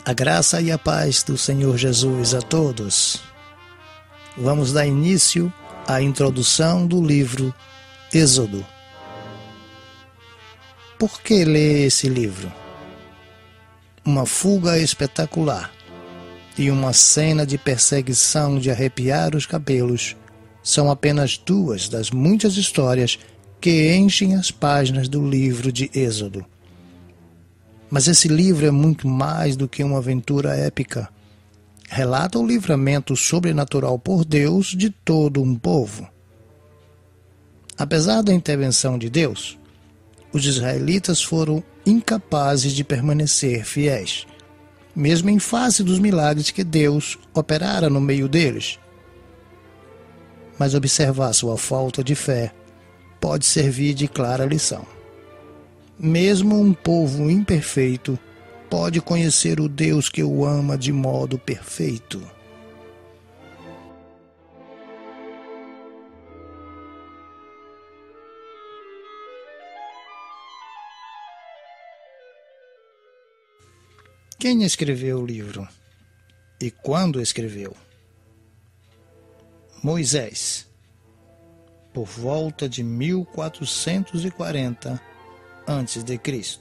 A graça e a paz do Senhor Jesus a todos. Vamos dar início à introdução do livro Êxodo. Por que ler esse livro? Uma fuga espetacular e uma cena de perseguição de arrepiar os cabelos são apenas duas das muitas histórias que enchem as páginas do livro de Êxodo. Mas esse livro é muito mais do que uma aventura épica. Relata o livramento sobrenatural por Deus de todo um povo. Apesar da intervenção de Deus, os israelitas foram incapazes de permanecer fiéis, mesmo em face dos milagres que Deus operara no meio deles. Mas observar sua falta de fé pode servir de clara lição. Mesmo um povo imperfeito pode conhecer o Deus que o ama de modo perfeito. Quem escreveu o livro? E quando escreveu? Moisés, por volta de 1440 a.C.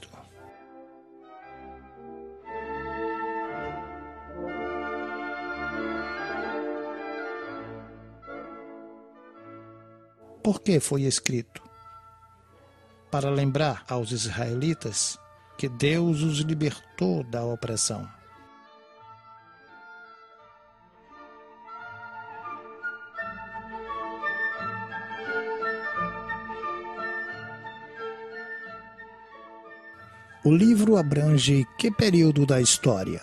Por que foi escrito? Para lembrar aos israelitas que Deus os libertou da opressão. O livro abrange que período da história?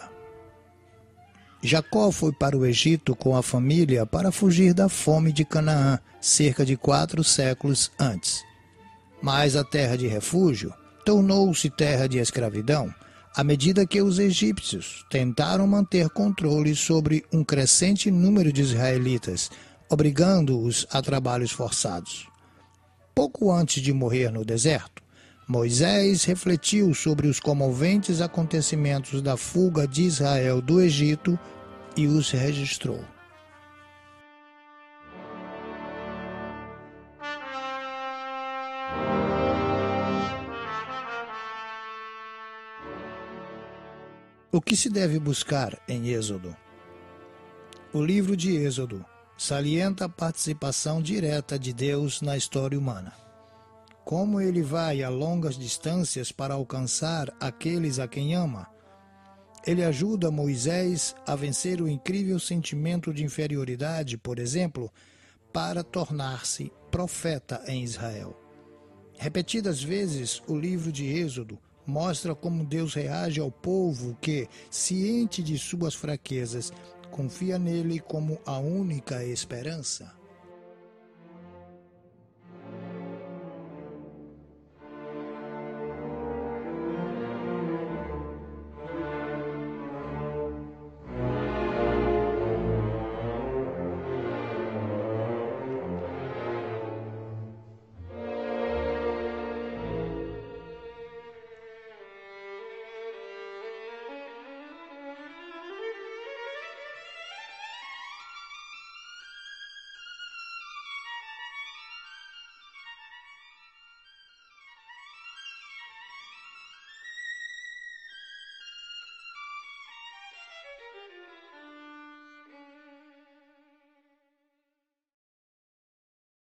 Jacó foi para o Egito com a família para fugir da fome de Canaã, cerca de 4 séculos antes. Mas a terra de refúgio tornou-se terra de escravidão à medida que os egípcios tentaram manter controle sobre um crescente número de israelitas, obrigando-os a trabalhos forçados. Pouco antes de morrer no deserto, Moisés refletiu sobre os comoventes acontecimentos da fuga de Israel do Egito e os registrou. O que se deve buscar em Êxodo? O livro de Êxodo salienta a participação direta de Deus na história humana. Como ele vai a longas distâncias para alcançar aqueles a quem ama. Ele ajuda Moisés a vencer o incrível sentimento de inferioridade, por exemplo, para tornar-se profeta em Israel. Repetidas vezes, o livro de Êxodo mostra como Deus reage ao povo que, ciente de suas fraquezas, confia nele como a única esperança.